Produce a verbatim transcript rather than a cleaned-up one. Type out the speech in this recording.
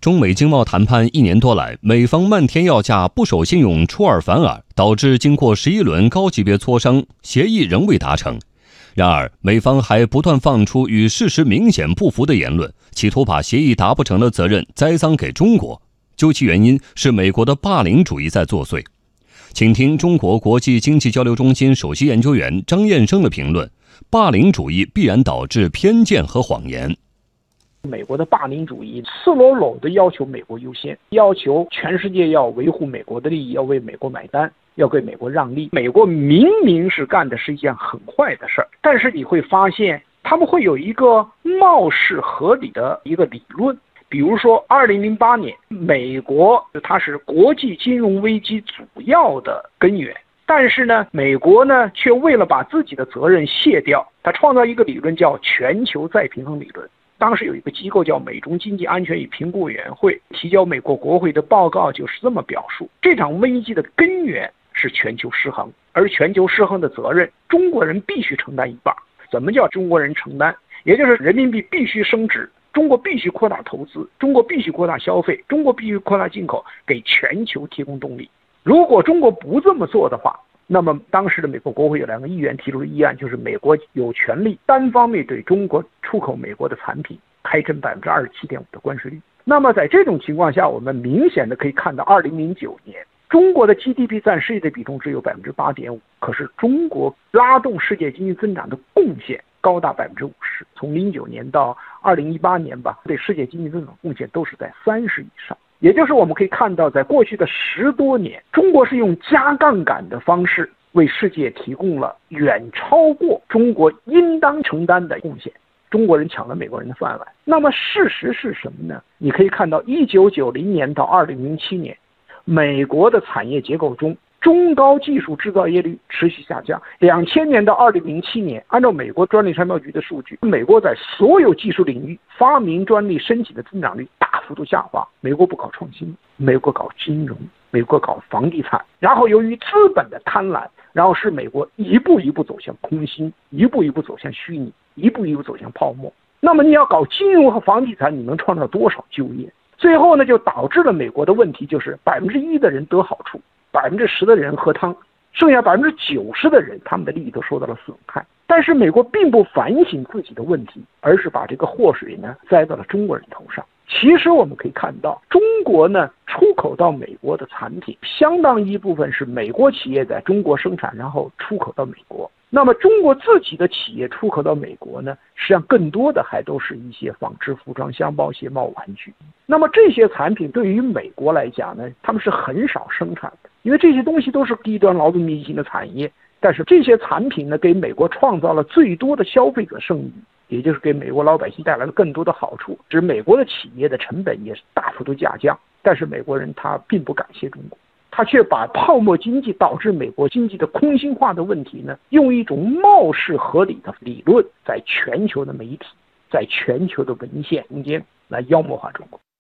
中美经贸谈判一年多来，美方漫天要价，不守信用，出尔反尔，导致经过十一轮高级别磋商，协议仍未达成。然而，美方还不断放出与事实明显不符的言论，企图把协议达不成的责任栽赃给中国。究其原因，是美国的霸凌主义在作祟。请听中国国际经济交流中心首席研究员张彦生的评论：霸凌主义必然导致偏见和谎言。 美国的霸凌主义赤裸裸地要求美国优先，要求全世界要维护美国的利益，要为美国买单，要给美国让利。美国明明是干的是一件很坏的事儿，但是你会发现他们会有一个貌似合理的一个理论。比如说二零零八年，美国它是国际金融危机主要的根源，但是呢，美国呢却为了把自己的责任卸掉，它创造一个理论叫全球再平衡理论。当时有一个机构叫美中经济安全与评估委员会，提交美国国会的报告就是这么表述：这场危机的根源是全球失衡，而全球失衡的责任，中国人必须承担一半。怎么叫中国人承担？也就是人民币必须升值，中国必须扩大投资，中国必须扩大消费，中国必须扩大进口，给全球提供动力。如果中国不这么做的话，那么当时的美国国会有两个议员提出的议案，就是美国有权利单方面对中国出口美国的产品开征百分之二十七点五的关税率。那么在这种情况下，我们明显的可以看到，二零零九年中国的 G D P 占世界的比重只有百分之八点五，可是中国拉动世界经济增长的贡献高达百分之五十。从零九年到二零一八年吧，对世界经济增长贡献都是在三十以上。也就是我们可以看到，在过去的十多年，中国是用加杠杆的方式为世界提供了远超过中国应当承担的贡献。中国人抢了美国人的饭碗。那么事实是什么呢？你可以看到一九九零年到二零零七年，美国的产业结构中中高技术制造业率持续下降。两千年到二零零七年，按照美国专利商标局的数据，美国在所有技术领域发明专利申请的增长率大幅度下滑。美国不搞创新，美国搞金融，美国搞房地产，然后由于资本的贪婪，然后使美国一步一步走向空心，一步一步走向虚拟，一步一步走向泡沫。那么你要搞金融和房地产，你能创造多少就业？最后呢，就导致了美国的问题，就是百分之一的人得好处，百分之十的人喝汤，剩下百分之九十的人，他们的利益都受到了损害。但是美国并不反省自己的问题，而是把这个祸水呢栽到了中国人头上。其实我们可以看到，中国呢出口到美国的产品，相当一部分是美国企业在中国生产，然后出口到美国。那么中国自己的企业出口到美国呢，实际上更多的还都是一些纺织、服装、箱包、鞋帽、玩具。那么这些产品对于美国来讲呢，他们是很少生产的，因为这些东西都是低端劳动密集型的产业。但是这些产品呢，给美国创造了最多的消费者剩余，也就是给美国老百姓带来了更多的好处，使美国的企业的成本也是大幅度下降。但是美国人他并不感谢中国，他却把泡沫经济导致美国经济的空心化的问题呢，用一种貌似合理的理论，在全球的媒体，在全球的文献中间来妖魔化中国。